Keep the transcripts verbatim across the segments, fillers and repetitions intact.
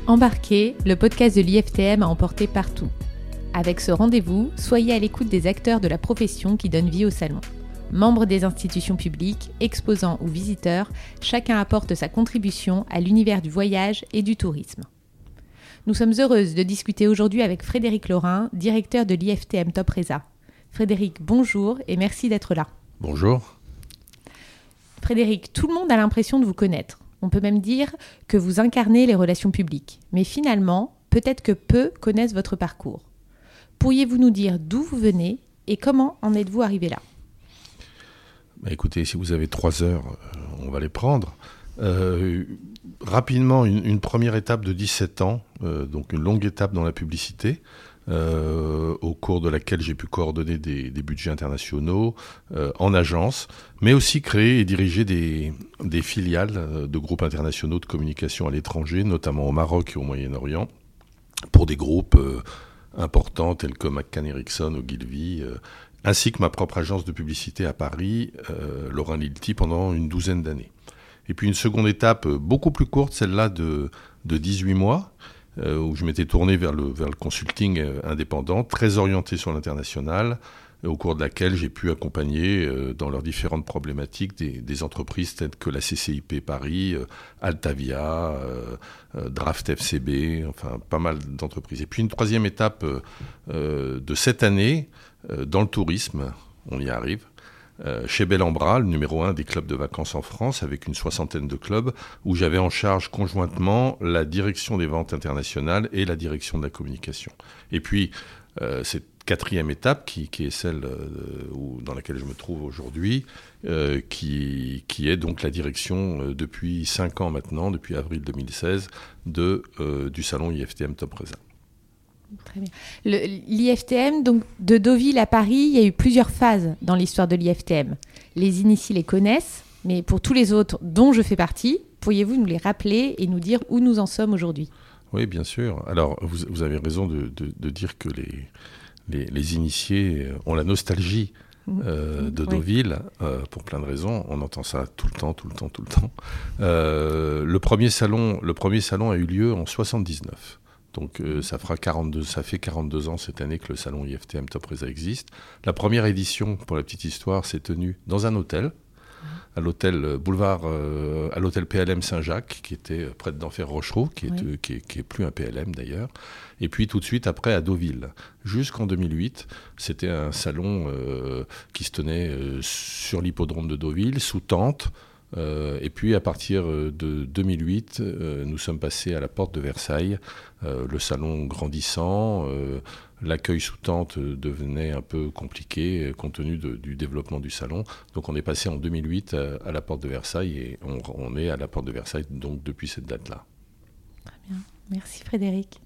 Embarquez, le podcast de l'I F T M à emporter partout. Avec ce rendez-vous, soyez à l'écoute des acteurs de la profession qui donnent vie au salon. Membres des institutions publiques, exposants ou visiteurs, chacun apporte sa contribution à l'univers du voyage et du tourisme. Nous sommes heureuses de discuter aujourd'hui avec Frédéric Laurin, directeur de l'I F T M Topresa. Frédéric, bonjour et merci d'être là. Bonjour. Frédéric, tout le monde a l'impression de vous connaître. On peut même dire que vous incarnez les relations publiques. Mais finalement, peut-être que peu connaissent votre parcours. Pourriez-vous nous dire d'où vous venez et comment en êtes-vous arrivé là ? Bah écoutez, si vous avez trois heures, euh, on va les prendre. Euh, rapidement, une, une première étape de dix-sept ans, euh, donc une longue étape dans la publicité, euh, au cours de laquelle j'ai pu coordonner des, des budgets internationaux euh, en agence, mais aussi créer et diriger des, des filiales de groupes internationaux de communication à l'étranger, notamment au Maroc et au Moyen-Orient, pour des groupes euh, importants tels que McCann Erickson, Ogilvy, euh, ainsi que ma propre agence de publicité à Paris, euh, Laurin Lilti, pendant une douzaine d'années. Et puis une seconde étape beaucoup plus courte, celle-là de, de dix-huit mois, euh, où je m'étais tourné vers le, vers le consulting indépendant, très orienté sur l'international, au cours de laquelle j'ai pu accompagner euh, dans leurs différentes problématiques des, des entreprises telles que la C C I P Paris, euh, Altavia, euh, euh, Draft F C B, enfin pas mal d'entreprises. Et puis une troisième étape euh, de cette année, euh, dans le tourisme, on y arrive, Euh, chez Bellambra, le numéro un des clubs de vacances en France, avec une soixantaine de clubs, où j'avais en charge conjointement la direction des ventes internationales et la direction de la communication. Et puis, euh, cette quatrième étape, qui, qui est celle euh, où, dans laquelle je me trouve aujourd'hui, euh, qui, qui est donc la direction euh, depuis cinq ans maintenant, depuis avril deux mille seize, de, euh, du salon I F T M Topresa. Très bien. Le, L'I F T M, donc de Deauville à Paris, il y a eu plusieurs phases dans l'histoire de l'I F T M. Les initiés les connaissent, mais pour tous les autres, dont je fais partie, pourriez-vous nous les rappeler et nous dire où nous en sommes aujourd'hui ? Oui, bien sûr. Alors, vous, vous avez raison de, de, de dire que les, les, les initiés ont la nostalgie euh, de Deauville, oui. euh, pour plein de raisons. On entend ça tout le temps, tout le temps, tout le temps. Euh, le, premier salon, le premier salon a eu lieu en soixante-dix-neuf. Donc euh, ça, fera quarante-deux, ça fait quarante-deux ans cette année que le salon I F T M Topresa existe. La première édition, pour la petite histoire, s'est tenue dans un hôtel, à l'hôtel boulevard, euh, à l'hôtel P L M Saint-Jacques, qui était près d'Enfer Rochereau, qui est, oui. euh, qui, est, qui est plus un P L M d'ailleurs. Et puis tout de suite après à Deauville. Jusqu'en deux mille huit, c'était un salon euh, qui se tenait euh, sur l'hippodrome de Deauville, sous tente. Euh, et puis à partir de deux mille huit, euh, nous sommes passés à la porte de Versailles, euh, le salon grandissant, euh, l'accueil sous tente devenait un peu compliqué euh, compte tenu de, du développement du salon. Donc on est passé en deux mille huit à, à la porte de Versailles et on, on est à la porte de Versailles donc depuis cette date-là. Très bien, merci Frédéric.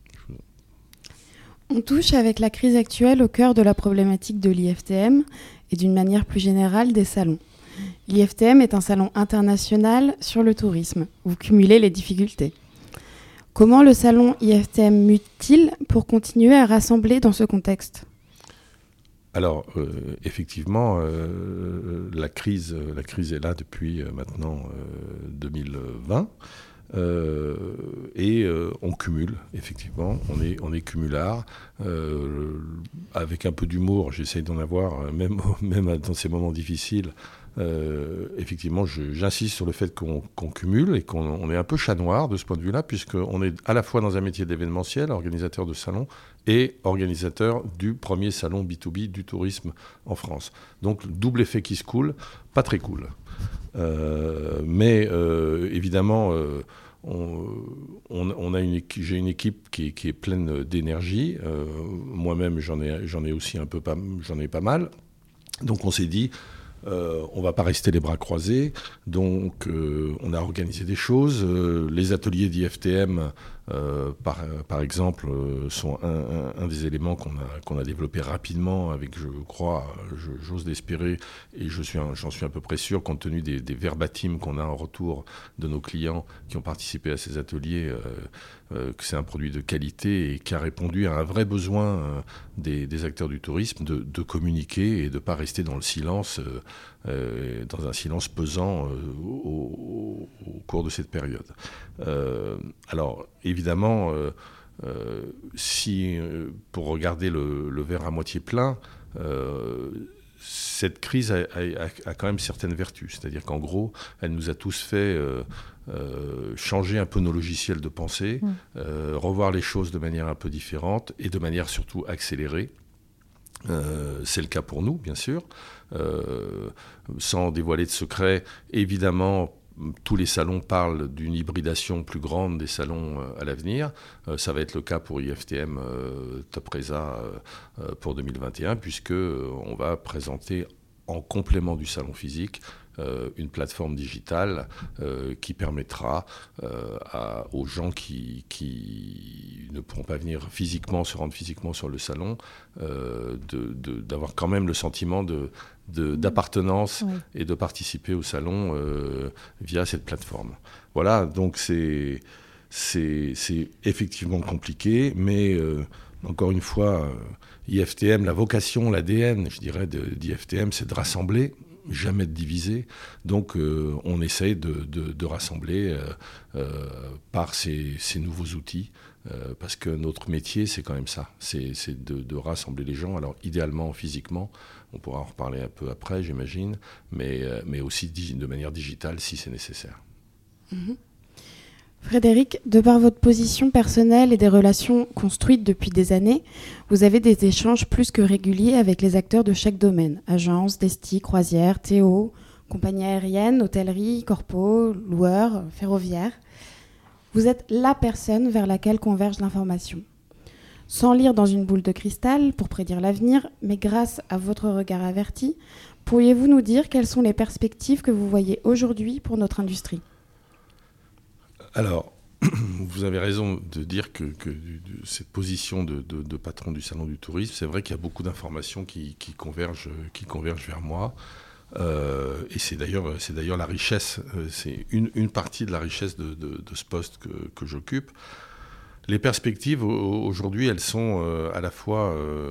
On touche avec la crise actuelle au cœur de la problématique de l'I F T M et d'une manière plus générale des salons. L'I F T M est un salon international sur le tourisme. Vous cumulez les difficultés. Comment le salon I F T M mute-t-il pour continuer à rassembler dans ce contexte ? Alors, euh, effectivement, euh, la crise, la crise est là depuis euh, maintenant euh, deux mille vingt. Euh, et euh, on cumule, effectivement, on est, on est cumulard. Euh, avec un peu d'humour, j'essaye d'en avoir, même, même dans ces moments difficiles. Euh, effectivement, je, j'insiste sur le fait qu'on, qu'on cumule et qu'on on est un peu chat noir de ce point de vue-là, puisqu'on est à la fois dans un métier d'événementiel, organisateur de salons, et organisateur du premier salon B deux B du tourisme en France. Donc, double effet qui se coule, pas très cool. Euh, mais euh, évidemment, euh, on, on, on a une, j'ai une équipe qui est, qui est pleine d'énergie. Euh, moi-même, j'en ai, j'en ai aussi un peu pas, j'en ai pas mal. Donc, on s'est dit. Euh, on ne va pas rester les bras croisés, donc euh, on a organisé des choses. Euh, les ateliers d'I F T M, euh, par, par exemple, euh, sont un, un, un des éléments qu'on a, qu'on a développé rapidement avec, je crois, je, j'ose l'espérer, et je suis un, j'en suis à peu près sûr, compte tenu des, des verbatims qu'on a en retour de nos clients qui ont participé à ces ateliers, euh, euh, que c'est un produit de qualité et qui a répondu à un vrai besoin euh, des, des acteurs du tourisme de, de communiquer et de ne pas rester dans le silence, euh, euh, dans un silence pesant euh, au, au, au cours de cette période. Euh, alors, évidemment, évidemment, euh, euh, si, euh, pour regarder le, le verre à moitié plein, euh, cette crise a, a, a quand même certaines vertus. C'est-à-dire qu'en gros, elle nous a tous fait euh, euh, changer un peu nos logiciels de pensée, mmh. euh, revoir les choses de manière un peu différente et de manière surtout accélérée. Euh, c'est le cas pour nous, bien sûr. Euh, sans dévoiler de secret, évidemment, tous les salons parlent d'une hybridation plus grande des salons euh, à l'avenir. Euh, ça va être le cas pour I F T M euh, Topresa euh, pour deux mille vingt et un, puisque euh, on va présenter en complément du salon physique euh, une plateforme digitale euh, qui permettra euh, à, aux gens qui, qui ne pourront pas venir physiquement, se rendre physiquement sur le salon, euh, de, de, d'avoir quand même le sentiment de, de, d'appartenance oui. et de participer au salon euh, via cette plateforme. Voilà, donc c'est, c'est, c'est effectivement compliqué, mais euh, encore une fois, euh, I F T M, la vocation, l'A D N, je dirais, de, d'I F T M, c'est de rassembler, jamais de diviser. Donc, euh, on essaye de, de, de rassembler euh, euh, par ces, ces nouveaux outils, euh, parce que notre métier, c'est quand même ça, c'est, c'est de, de rassembler les gens. Alors, idéalement, physiquement, on pourra en reparler un peu après, j'imagine, mais, euh, mais aussi di- de manière digitale, si c'est nécessaire. Mmh. Frédéric, de par votre position personnelle et des relations construites depuis des années, vous avez des échanges plus que réguliers avec les acteurs de chaque domaine, agences, destis, croisières, Théo, compagnies aériennes, hôtellerie, corpo, loueurs, ferroviaires. Vous êtes la personne vers laquelle converge l'information. Sans lire dans une boule de cristal pour prédire l'avenir, mais grâce à votre regard averti, pourriez-vous nous dire quelles sont les perspectives que vous voyez aujourd'hui pour notre industrie ? Alors, vous avez raison de dire que, que de, cette position de, de, de patron du Salon du Tourisme, c'est vrai qu'il y a beaucoup d'informations qui, qui, convergent, qui convergent vers moi. Euh, et c'est d'ailleurs, c'est d'ailleurs la richesse, euh, c'est une, une partie de la richesse de, de, de ce poste que, que j'occupe. Les perspectives, aujourd'hui, elles sont euh, à la fois euh,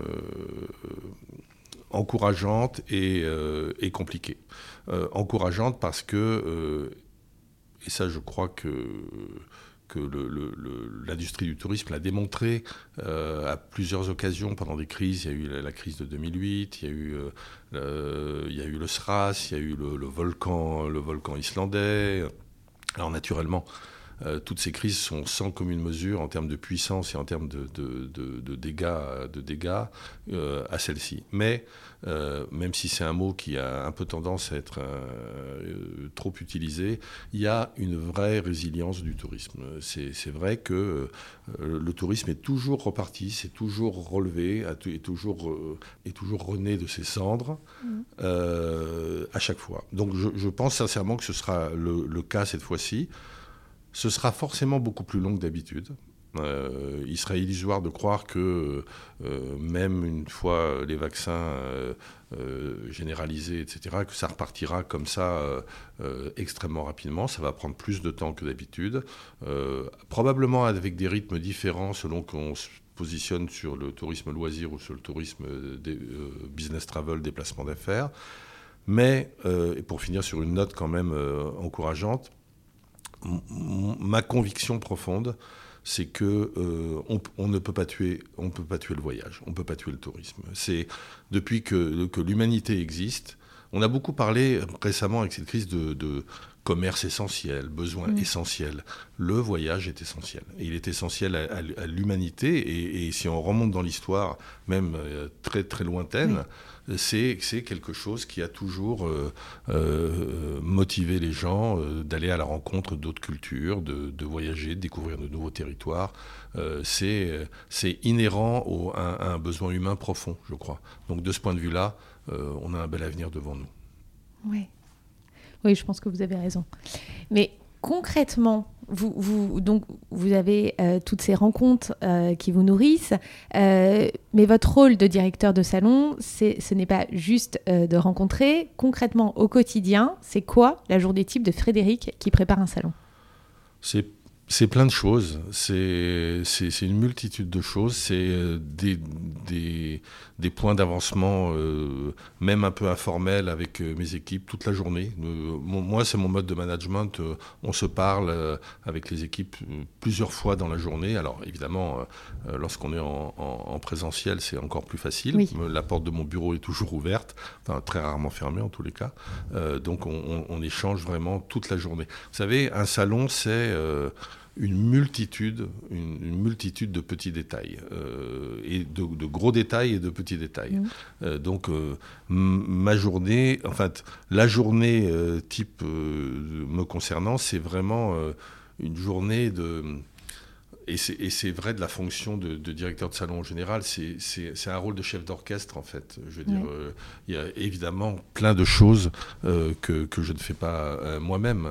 encourageantes et, euh, et compliquées. Euh, encourageantes parce que... Euh, Et ça, je crois que, que le, le, le, l'industrie du tourisme l'a démontré euh, à plusieurs occasions pendant des crises. Il y a eu la, la crise de deux mille huit, il y a eu, euh, le, il y a eu le SRAS, il y a eu le, le, volcan, le volcan islandais. Alors naturellement, euh, toutes ces crises sont sans commune mesure en termes de puissance et en termes de, de, de, de dégâts, de dégâts euh, à celle-ci. Mais Euh, même si c'est un mot qui a un peu tendance à être euh, trop utilisé, il y a une vraie résilience du tourisme. C'est, c'est vrai que euh, le tourisme est toujours reparti, c'est toujours relevé, est toujours, euh, est toujours rené de ses cendres mmh. euh, à chaque fois. Donc je, je pense sincèrement que ce sera le, le cas cette fois-ci. Ce sera forcément beaucoup plus long que d'habitude. Euh, il serait illusoire de croire que euh, même une fois les vaccins euh, euh, généralisés, et cetera, que ça repartira comme ça euh, euh, extrêmement rapidement. Ça va prendre plus de temps que d'habitude, euh, probablement avec des rythmes différents selon qu'on se positionne sur le tourisme loisir ou sur le tourisme des, euh, business travel, déplacement d'affaires. Mais, euh, et pour finir sur une note quand même euh, encourageante, m- m- ma conviction profonde, c'est que euh, on, on ne peut pas tuer, on peut pas tuer le voyage, on ne peut pas tuer le tourisme. C'est depuis que, que l'humanité existe. On a beaucoup parlé récemment avec cette crise de, de commerce essentiel, besoin mmh. essentiel. Le voyage est essentiel. Et il est essentiel à, à, à l'humanité. Et, et si on remonte dans l'histoire, même euh, très très lointaine, oui. c'est, c'est quelque chose qui a toujours euh, euh, motivé les gens euh, d'aller à la rencontre d'autres cultures, de, de voyager, de découvrir de nouveaux territoires. Euh, c'est, c'est inhérent au, à, à un besoin humain profond, je crois. Donc de ce point de vue-là, euh, on a un bel avenir devant nous. Oui. Oui, je pense que vous avez raison. Mais concrètement, vous, vous, donc, vous avez euh, toutes ces rencontres euh, qui vous nourrissent, euh, mais votre rôle de directeur de salon, c'est, ce n'est pas juste euh, de rencontrer. Concrètement, au quotidien, c'est quoi la journée type de Frédéric qui prépare un salon ? C'est C'est plein de choses, c'est, c'est, c'est une multitude de choses, c'est des, des, des points d'avancement, euh, même un peu informels avec euh, mes équipes toute la journée. Euh, mon, moi, c'est mon mode de management, euh, on se parle euh, avec les équipes euh, plusieurs fois dans la journée. Alors évidemment, euh, lorsqu'on est en, en, en présentiel, c'est encore plus facile. Oui. La porte de mon bureau est toujours ouverte, enfin très rarement fermée en tous les cas. Euh, donc on, on, on échange vraiment toute la journée. Vous savez, un salon, c'est... Euh, une multitude, une, une multitude de petits détails, euh, et de, de gros détails et de petits détails. Mmh. Euh, donc, euh, m- ma journée, en fait, la journée euh, type euh, me concernant, c'est vraiment euh, une journée de... Et c'est, et c'est vrai de la fonction de, de directeur de salon en général, c'est, c'est, c'est un rôle de chef d'orchestre en fait. Je veux dire, il ouais. euh, y a évidemment plein de choses euh, que, que je ne fais pas euh, moi-même,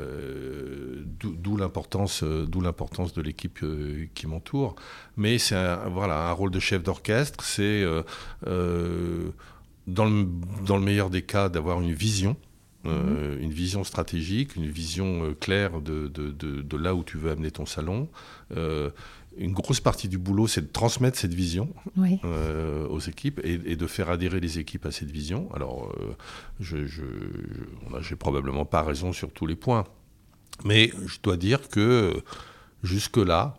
euh, d'où, d'où, l'importance, euh, d'où l'importance de l'équipe euh, qui m'entoure. Mais c'est un, voilà, un rôle de chef d'orchestre, c'est euh, euh, dans, le, dans le meilleur des cas d'avoir une vision. Euh, une vision stratégique, une vision euh, claire de, de, de, de là où tu veux amener ton salon. Euh, une grosse partie du boulot, c'est de transmettre cette vision oui. euh, aux équipes et, et de faire adhérer les équipes à cette vision. Alors, euh, je, je, je n'ai probablement pas raison sur tous les points, mais je dois dire que jusque-là,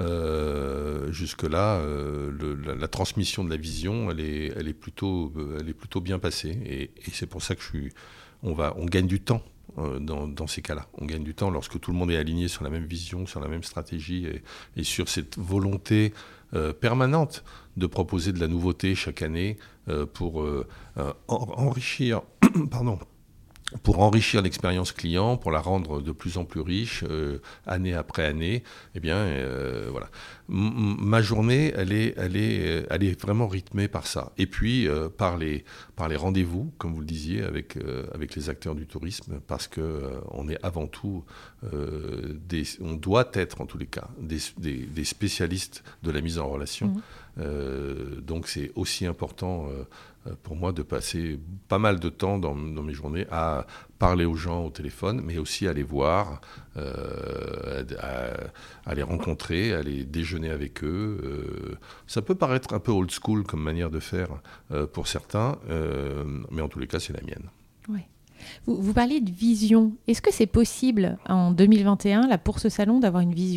Euh, jusque-là, euh, le, la, la transmission de la vision, elle est, elle est, plutôt, elle est plutôt bien passée. Et, et c'est pour ça que je suis, on, va, on gagne du temps euh, dans, dans ces cas-là. On gagne du temps lorsque tout le monde est aligné sur la même vision, sur la même stratégie et, et sur cette volonté euh, permanente de proposer de la nouveauté chaque année euh, pour euh, euh, en, enrichir... pardon. pour enrichir l'expérience client, pour la rendre de plus en plus riche, euh, année après année, eh bien, euh, voilà. M- ma journée, elle est, elle est, elle est vraiment rythmée par ça. Et puis, euh, par les, par les rendez-vous, comme vous le disiez, avec, euh, avec les acteurs du tourisme, parce que euh, on est avant tout, euh, des, on doit être en tous les cas, des, des, des spécialistes de la mise en relation. Mmh. Euh, donc, c'est aussi important euh, pour moi de passer pas mal de temps dans, dans mes journées à parler aux gens au téléphone, mais aussi à les voir, euh, à, à les rencontrer, à les déjeuner avec eux. Euh, ça peut paraître un peu old school comme manière de faire euh, pour certains, euh, mais en tous les cas, c'est la mienne. Ouais. Vous, vous parliez de vision. Est-ce que c'est possible en deux mille vingt et un, là, pour ce salon, d'avoir une vision ?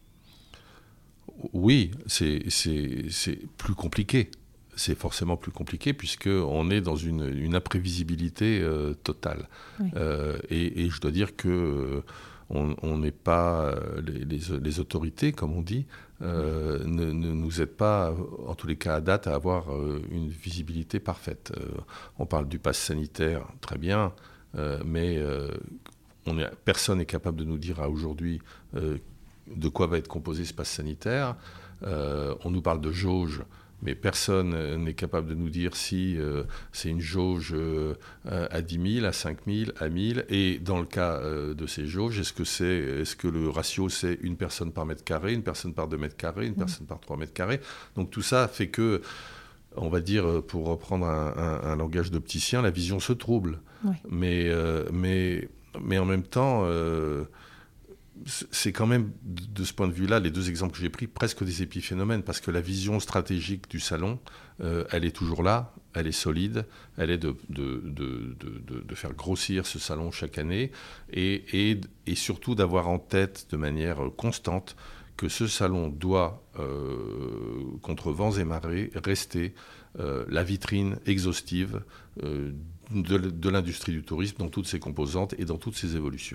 Oui, c'est, c'est, c'est plus compliqué. C'est forcément plus compliqué puisqu'on est dans une, une imprévisibilité euh, totale. Oui. Euh, et, et je dois dire que on, on n'est pas, les, les, les autorités, comme on dit, euh, ne, ne nous aident pas, en tous les cas à date, à avoir euh, une visibilité parfaite. Euh, on parle du pass sanitaire, très bien, euh, mais euh, on est, personne n'est capable de nous dire à aujourd'hui euh, de quoi va être composé ce pass sanitaire. Euh, on nous parle de jauge, mais personne n'est capable de nous dire si euh, c'est une jauge euh, à dix mille, à cinq mille, à mille. Et dans le cas euh, de ces jauges, est-ce que, c'est, est-ce que le ratio, c'est une personne par mètre carré, une personne par deux mètres carrés, une mmh. personne par trois mètres carrés ? Donc tout ça fait que, on va dire, pour reprendre un, un, un langage d'opticien, la vision se trouble. Oui. Mais, euh, mais, mais en même temps... Euh, c'est quand même, de ce point de vue-là, les deux exemples que j'ai pris, presque des épiphénomènes, parce que la vision stratégique du salon, euh, elle est toujours là, elle est solide, elle est de, de, de, de, de faire grossir ce salon chaque année, et, et, et surtout d'avoir en tête de manière constante que ce salon doit, euh, contre vents et marées, rester euh, la vitrine exhaustive euh, de, de l'industrie du tourisme dans toutes ses composantes et dans toutes ses évolutions.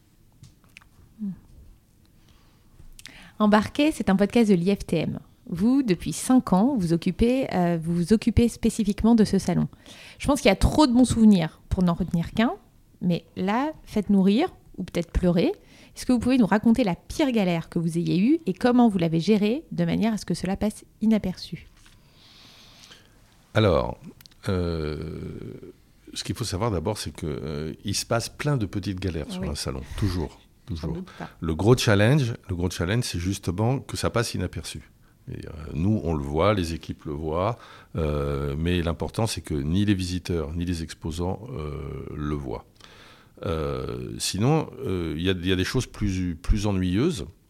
Embarqué, c'est un podcast de l'I F T M. Vous, depuis cinq ans, vous occupez, euh, vous vous occupez spécifiquement de ce salon. Je pense qu'il y a trop de bons souvenirs pour n'en retenir qu'un, mais là, faites-nous rire, ou peut-être pleurer. Est-ce que vous pouvez nous raconter la pire galère que vous ayez eue et comment vous l'avez gérée de manière à ce que cela passe inaperçu ? Alors, euh, ce qu'il faut savoir d'abord, c'est qu'il euh, se passe plein de petites galères sur oui. un salon, toujours. Toujours. Le gros challenge, le gros challenge, c'est justement que ça passe inaperçu. Et, euh, nous, on le voit, les équipes le voient, euh, mais l'important, c'est que ni les visiteurs, ni les exposants euh, le voient. Euh, sinon, il euh, y, y a des choses plus, plus ennuyeuses.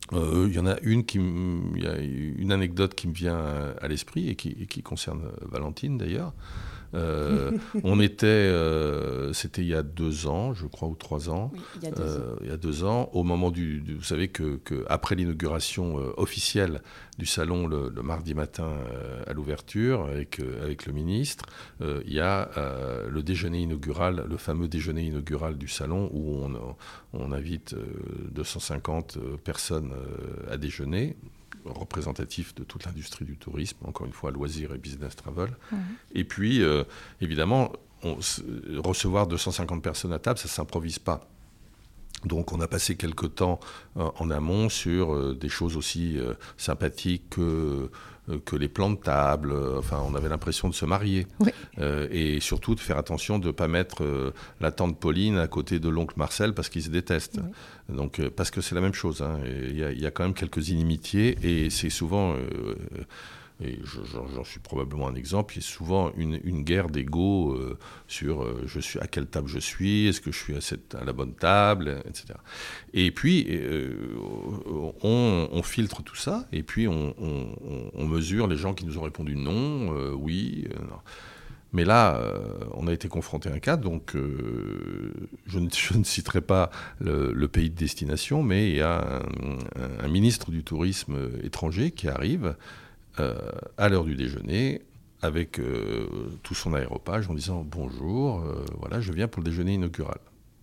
Euh, Il y en a une qui, m- il y a une anecdote qui me vient à, à l'esprit et qui, et qui concerne Valentine d'ailleurs. Euh, on était, euh, c'était il y a deux ans, je crois, ou trois ans. Oui, il y a deux Euh, ans. il y a deux ans, au moment du, du- vous savez que, que après l'inauguration euh, officielle du salon le, le mardi matin euh, à l'ouverture avec euh, avec le ministre, euh, il y a euh, le déjeuner inaugural, le fameux déjeuner inaugural du salon où on on invite euh, deux cent cinquante euh, personnes euh, à déjeuner, représentatifs de toute l'industrie du tourisme, encore une fois loisirs et business travel. Ouais. Et puis, euh, évidemment, on, s- recevoir deux cent cinquante personnes à table, ça ne s'improvise pas. Donc on a passé quelques temps euh, en amont sur euh, des choses aussi euh, sympathiques que, euh, que les plans de table. Euh, enfin, on avait l'impression de se marier. Oui. Euh, et surtout de faire attention de ne pas mettre euh, la tante Pauline à côté de l'oncle Marcel parce qu'ils se détestent. Oui. Donc, euh, parce que c'est la même chose. hein. Et Il y, a- il y a quand même quelques inimitiés et c'est souvent... euh, et je- j'en j'en suis probablement un exemple, il y a souvent une, une guerre d'ego euh, sur euh, je suis, à quelle table je suis, est-ce que je suis à, cette, à la bonne table, et cetera. Et puis, euh, on, on filtre tout ça, et puis on, on- on- on mesure les gens qui nous ont répondu non, euh, oui, euh, non. Mais là, euh, on a été confronté à un cas, donc euh, je, ne, je ne citerai pas le, le pays de destination, mais il y a un, un- un ministre du tourisme étranger qui arrive euh, à l'heure du déjeuner avec euh, tout son aéropage en disant bonjour, euh, voilà, je viens pour le déjeuner inaugural.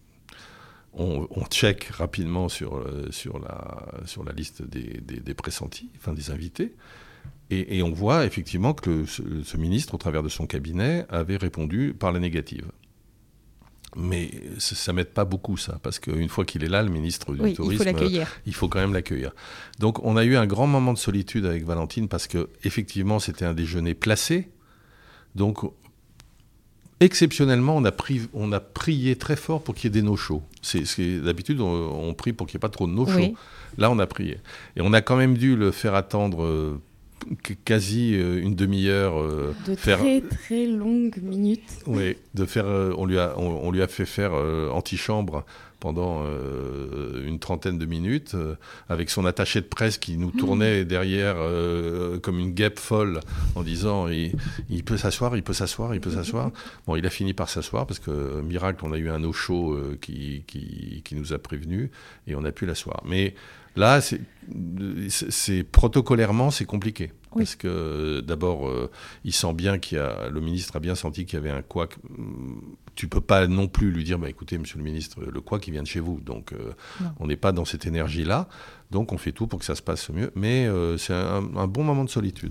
On, on check rapidement sur, euh, sur, la, sur la liste des, des, des pressentis, enfin des invités, et, et on voit effectivement que le- ce, ce ministre, au travers de son cabinet, avait répondu par la négative. Mais ça ne m'aide pas beaucoup, ça, parce qu'une fois qu'il est là, le ministre du Oui, Tourisme, il faut l'accueillir. il faut quand même l'accueillir. Donc on a eu un grand moment de solitude avec Valentine, parce qu'effectivement, c'était un déjeuner placé. Donc, exceptionnellement, on a, pri- on a prié très fort pour qu'il y ait des no-shows. C'est, c'est- d'habitude, on, on prie pour qu'il n'y ait pas trop de no-shows. Oui. Là, on a prié. Et on a quand même dû le faire attendre euh, qu- quasi euh, une demi-heure. euh, De faire, très très longues minutes. oui, de faire, euh, on, lui a, on, on lui a fait faire euh, antichambre pendant euh, une trentaine de minutes, euh, avec son attaché de presse qui nous tournait derrière euh, comme une guêpe folle en disant il, il peut s'asseoir, il peut s'asseoir, il peut s'asseoir. Bon, il a fini par s'asseoir parce que, euh, miracle, on a eu un no-show euh, qui, qui, qui nous a prévenus et on a pu l'asseoir. Mais là, c'est, c'est, c'est protocolairement, c'est compliqué. Oui. Parce que euh, d'abord, euh, il sent bien qu'il y a, le ministre a bien senti qu'il y avait un couac. Tu peux pas non plus lui dire, bah, écoutez, monsieur le ministre, le couac, il vient de chez vous. Donc, euh, on n'est pas dans cette énergie-là. Donc, on fait tout pour que ça se passe mieux. Mais euh, c'est un, un bon moment de solitude.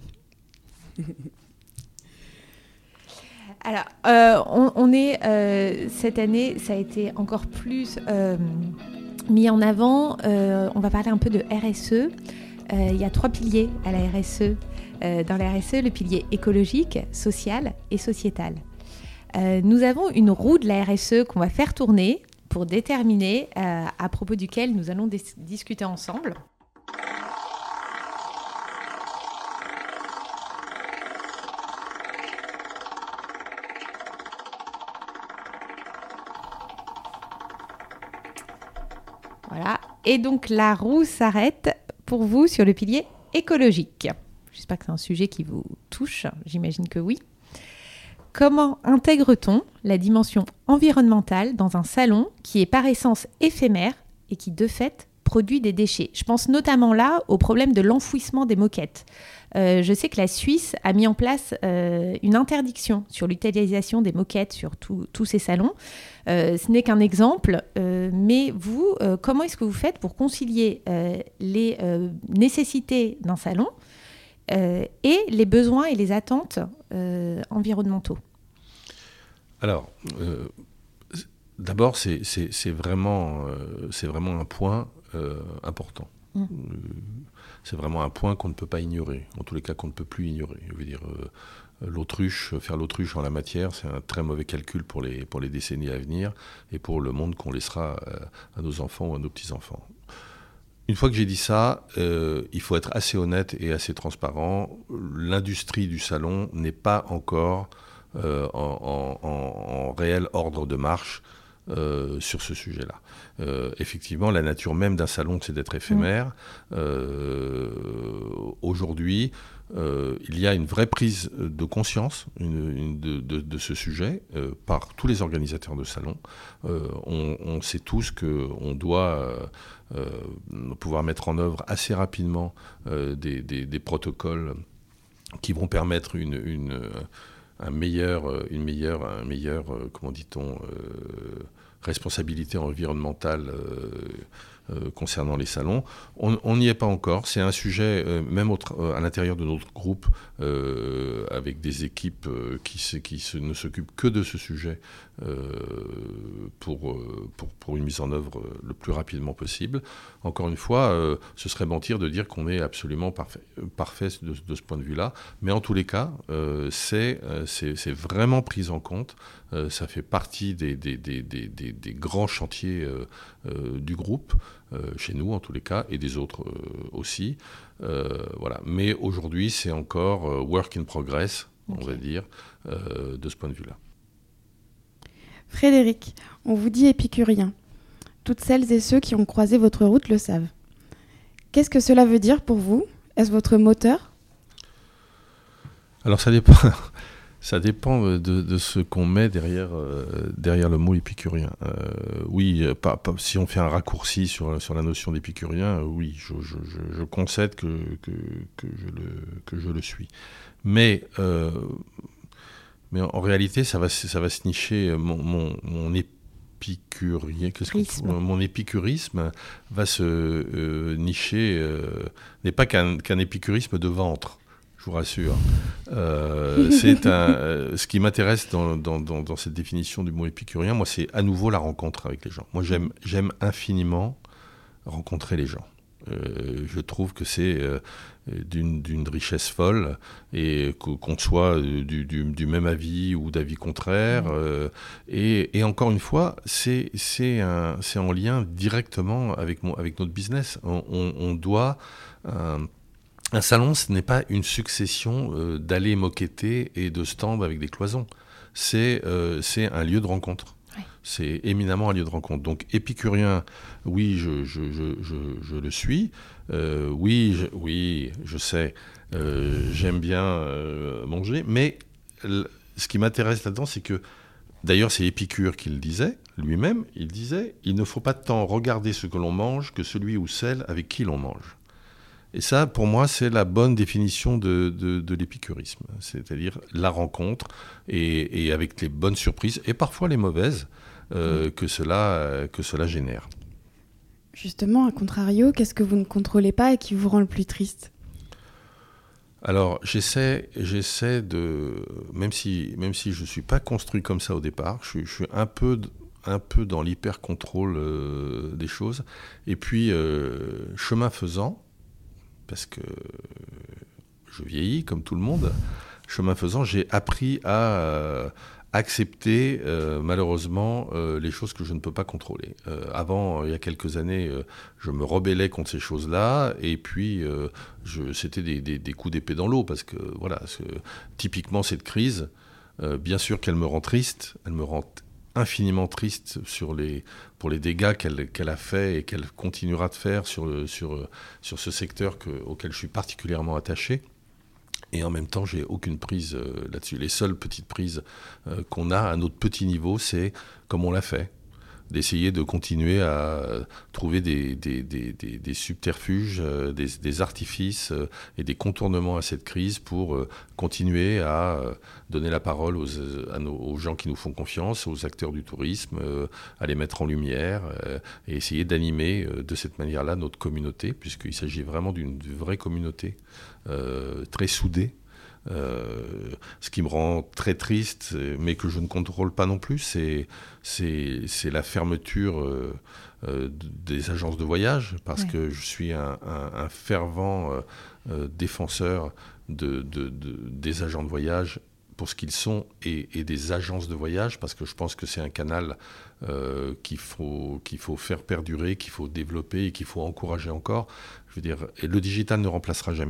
Alors, euh, on, on est euh, cette année, ça a été encore plus euh, mis en avant. Euh, on va parler un peu de R S E. Euh, il y a trois piliers à la R S E. Euh, dans la R S E, le pilier écologique, social et sociétal. Euh, nous avons une roue de la R S E qu'on va faire tourner pour déterminer euh, à propos duquel nous allons dis- discuter ensemble. Voilà. Et donc la roue s'arrête pour vous sur le pilier écologique. J'espère que c'est un sujet qui vous touche. J'imagine que oui. Comment intègre-t-on la dimension environnementale dans un salon qui est par essence éphémère et qui, de fait, produit des déchets? Je pense notamment là au problème de l'enfouissement des moquettes. Euh, je sais que la Suisse a mis en place euh, une interdiction sur l'utilisation des moquettes sur tout- tous ces salons. Euh, ce n'est qu'un exemple, euh, mais vous, euh, comment est-ce que vous faites pour concilier euh, les euh, nécessités d'un salon euh, et les besoins et les attentes euh, environnementaux? Alors, euh, d'abord, c'est, c'est, c'est, vraiment, euh, c'est vraiment un point euh, important. Mmh. Euh, c'est vraiment un point qu'on ne peut pas ignorer, en tous les cas qu'on ne peut plus ignorer. Je veux dire, euh, l'autruche, faire l'autruche en la matière, c'est un très mauvais calcul pour les, pour les décennies à venir et pour le monde qu'on laissera euh, à nos enfants ou à nos petits-enfants. Une fois que j'ai dit ça, euh, il faut être assez honnête et assez transparent. L'industrie du salon n'est pas encore euh, en, en, en, en réel ordre de marche euh, sur ce sujet-là. Euh, effectivement, la nature même d'un salon, c'est d'être éphémère. Mmh. Euh, aujourd'hui, euh, il y a une vraie prise de conscience une, une de, de, de ce sujet euh, par tous les organisateurs de salons. Euh, on, on sait tous qu'on doit euh, pouvoir mettre en œuvre assez rapidement euh, des, des, des protocoles qui vont permettre une, une, un meilleur, une meilleure, un meilleur, comment dit-on, euh, responsabilité environnementale euh, euh, concernant les salons. On n'y est pas encore. C'est un sujet, euh, même au, à l'intérieur de notre groupe, euh, avec des équipes euh, qui, se, qui se, ne s'occupent que de ce sujet euh, pour, pour, pour une mise en œuvre le plus rapidement possible. Encore une fois, euh, ce serait mentir de dire qu'on est absolument parfait, parfait de, de ce point de vue-là. Mais en tous les cas, euh, c'est, c'est, c'est vraiment pris en compte. Euh, ça fait partie des, des, des, des, des, des grands chantiers euh, euh, du groupe, euh, chez nous en tous les cas, et des autres euh, aussi. Euh, voilà. Mais aujourd'hui, c'est encore euh, work in progress, okay. on va dire, euh, de ce point de vue-là. Frédéric, on vous dit épicurien. Toutes celles et ceux qui ont croisé votre route le savent. Qu'est-ce que cela veut dire pour vous ? Est-ce votre moteur ? Alors ça dépend... Ça dépend de, de ce qu'on met derrière, euh, derrière le mot épicurien. Euh, oui, pas, pas, si on fait un raccourci sur, sur la notion d'épicurien, euh, oui, je, je, je, je concède que, que, que, je le, que je le suis. Mais, euh, mais en, en réalité, ça va, ça va se nicher. Mon, mon, mon épicurien, qu'est-ce que, mon épicurisme va se euh, nicher, euh, n'est pas qu'un, qu'un épicurisme de ventre. Je vous rassure. Euh, c'est un, euh, ce qui m'intéresse dans, dans, dans, dans cette définition du mot épicurien, moi, c'est à nouveau la rencontre avec les gens. Moi, j'aime, j'aime infiniment rencontrer les gens. Euh, je trouve que c'est euh, d'une, d'une richesse folle, et qu'on soit du, du, du même avis ou d'avis contraire. Euh, et, et encore une fois, c'est, c'est, un, c'est en lien directement avec, mon, avec notre business. On, on, on doit... Euh, Un salon, ce n'est pas une succession euh, d'allées moquettées et de stands avec des cloisons. C'est, euh, c'est un lieu de rencontre. Oui. C'est éminemment un lieu de rencontre. Donc, épicurien, oui, je, je, je, je, je le suis. Euh, oui, je, oui, je sais, euh, j'aime bien euh, manger. Mais l- ce qui m'intéresse là-dedans, c'est que, d'ailleurs, c'est Épicure qui le disait, lui-même, il disait, il ne faut pas tant regarder ce que l'on mange que celui ou celle avec qui l'on mange. Et ça, pour moi, c'est la bonne définition de, de, de l'épicurisme, c'est-à-dire la rencontre, et, et avec les bonnes surprises, et parfois les mauvaises, euh, mmh. que, cela, que cela génère. Justement, à contrario, qu'est-ce que vous ne contrôlez pas et qui vous rend le plus triste ? Alors, j'essaie, j'essaie de... Même si, même si je ne suis pas construit comme ça au départ, je, je suis un peu... un peu dans l'hyper-contrôle euh, des choses, et puis, euh, chemin faisant, parce que je vieillis comme tout le monde, chemin faisant, j'ai appris à euh, accepter euh, malheureusement euh, les choses que je ne peux pas contrôler. Euh, avant, il y a quelques années, euh, je me rebellais contre ces choses-là, et puis euh, je, c'était des, des, des coups d'épée dans l'eau, parce que voilà, ce, typiquement cette crise, euh, bien sûr qu'elle me rend triste, elle me rend infiniment triste sur les, pour les dégâts qu'elle, qu'elle a fait et qu'elle continuera de faire sur, le, sur, sur ce secteur que, auquel je suis particulièrement attaché. Et en même temps, j'ai aucune prise euh, là-dessus. Les seules petites prises euh, qu'on a à notre petit niveau, c'est comme on l'a fait, d'essayer de continuer à trouver des, des, des, des, des subterfuges, euh, des, des artifices euh, et des contournements à cette crise pour euh, continuer à euh, donner la parole aux, à nos, aux gens qui nous font confiance, aux acteurs du tourisme, euh, à les mettre en lumière euh, et essayer d'animer euh, de cette manière-là notre communauté, puisqu'il s'agit vraiment d'une, d'une vraie communauté euh, très soudée. Euh, ce qui me rend très triste, mais que je ne contrôle pas non plus, c'est, c'est, c'est la fermeture euh, euh, des agences de voyage, parce ouais. que je suis un, un, un fervent euh, euh, défenseur de, de, de, des agents de voyage pour ce qu'ils sont, et, et des agences de voyage, parce que je pense que c'est un canal euh, qu'il faut, qu'il faut faire perdurer, qu'il faut développer et qu'il faut encourager encore. Je veux dire, et le digital ne remplacera jamais ça.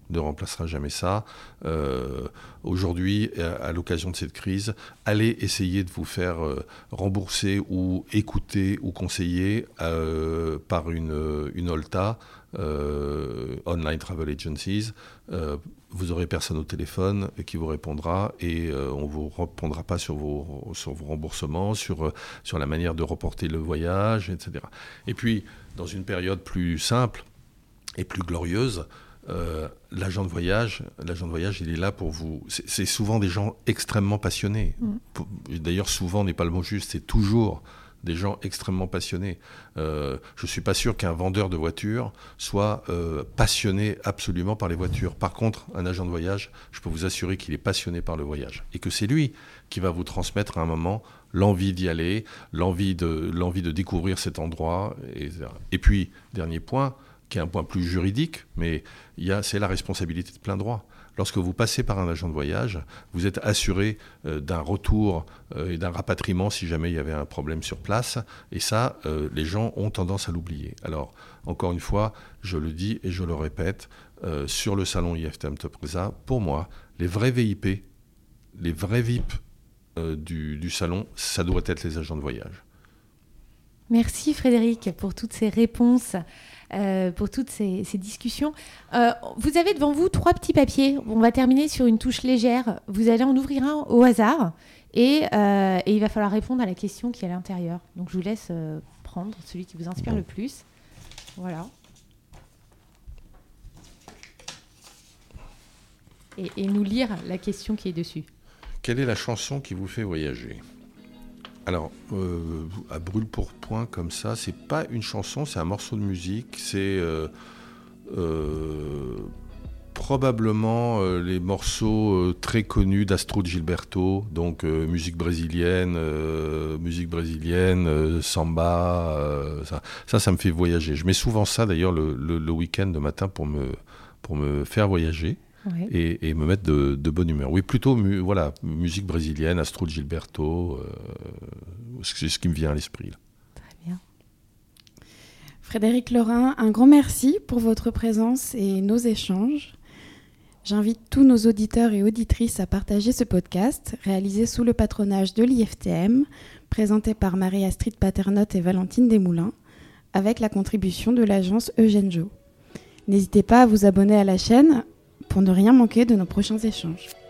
ne remplacera jamais ça. Euh, aujourd'hui, à, à l'occasion de cette crise, allez essayer de vous faire euh, rembourser ou écouter ou conseiller euh, par une, une O L T A, euh, Online Travel Agencies. Euh, vous aurez personne au téléphone qui vous répondra et euh, on ne vous répondra pas sur vos, sur vos remboursements, sur, sur la manière de reporter le voyage, et cetera. Et puis, dans une période plus simple et plus glorieuse, euh, l'agent de voyage, l'agent de voyage, il est là pour vous. C'est, c'est souvent des gens extrêmement passionnés. Mmh. D'ailleurs, souvent n'est pas le mot juste, c'est toujours des gens extrêmement passionnés. Euh, je ne suis pas sûr qu'un vendeur de voitures soit euh, passionné absolument par les voitures. Par contre, un agent de voyage, je peux vous assurer qu'il est passionné par le voyage et que c'est lui qui va vous transmettre à un moment l'envie d'y aller, l'envie de, l'envie de découvrir cet endroit, et cetera. Et puis, dernier point, qui est un point plus juridique, mais il y a, c'est la responsabilité de plein droit. Lorsque vous passez par un agent de voyage, vous êtes assuré euh, d'un retour euh, et d'un rapatriement si jamais il y avait un problème sur place. Et ça, euh, les gens ont tendance à l'oublier. Alors, encore une fois, je le dis et je le répète, euh, sur le salon I F T M Topresa, pour moi, les vrais V I P, les vrais V I P euh, du, du salon, ça doit être les agents de voyage. Merci Frédéric pour toutes ces réponses. Euh, pour toutes ces, ces discussions. Euh, vous avez devant vous trois petits papiers. On va terminer sur une touche légère. Vous allez en ouvrir un au hasard et, euh, et il va falloir répondre à la question qui est à l'intérieur. Donc je vous laisse euh, prendre celui qui vous inspire bon. le plus. Voilà. Et, et nous lire la question qui est dessus. Quelle est la chanson qui vous fait voyager ? Alors, euh, à brûle pour point comme ça, c'est pas une chanson, c'est un morceau de musique. C'est euh, euh, probablement euh, les morceaux euh, très connus d'Astrud Gilberto, donc euh, musique brésilienne, euh, musique brésilienne, euh, samba. Euh, ça, ça, ça me fait voyager. Je mets souvent ça d'ailleurs le, le, le week-end le matin pour me pour me faire voyager. Ouais. Et, et me mettre de, de bonne humeur. Oui, plutôt mu, voilà, musique brésilienne, Astrud Gilberto, euh, c'est ce qui me vient à l'esprit. Là. Très bien. Frédéric Lorin, un grand merci pour votre présence et nos échanges. J'invite tous nos auditeurs et auditrices à partager ce podcast, réalisé sous le patronage de l'I F T M, présenté par Marie-Astrid Paternotte et Valentine Desmoulins, avec la contribution de l'agence Eugène Jo. N'hésitez pas à vous abonner à la chaîne pour ne rien manquer de nos prochains échanges.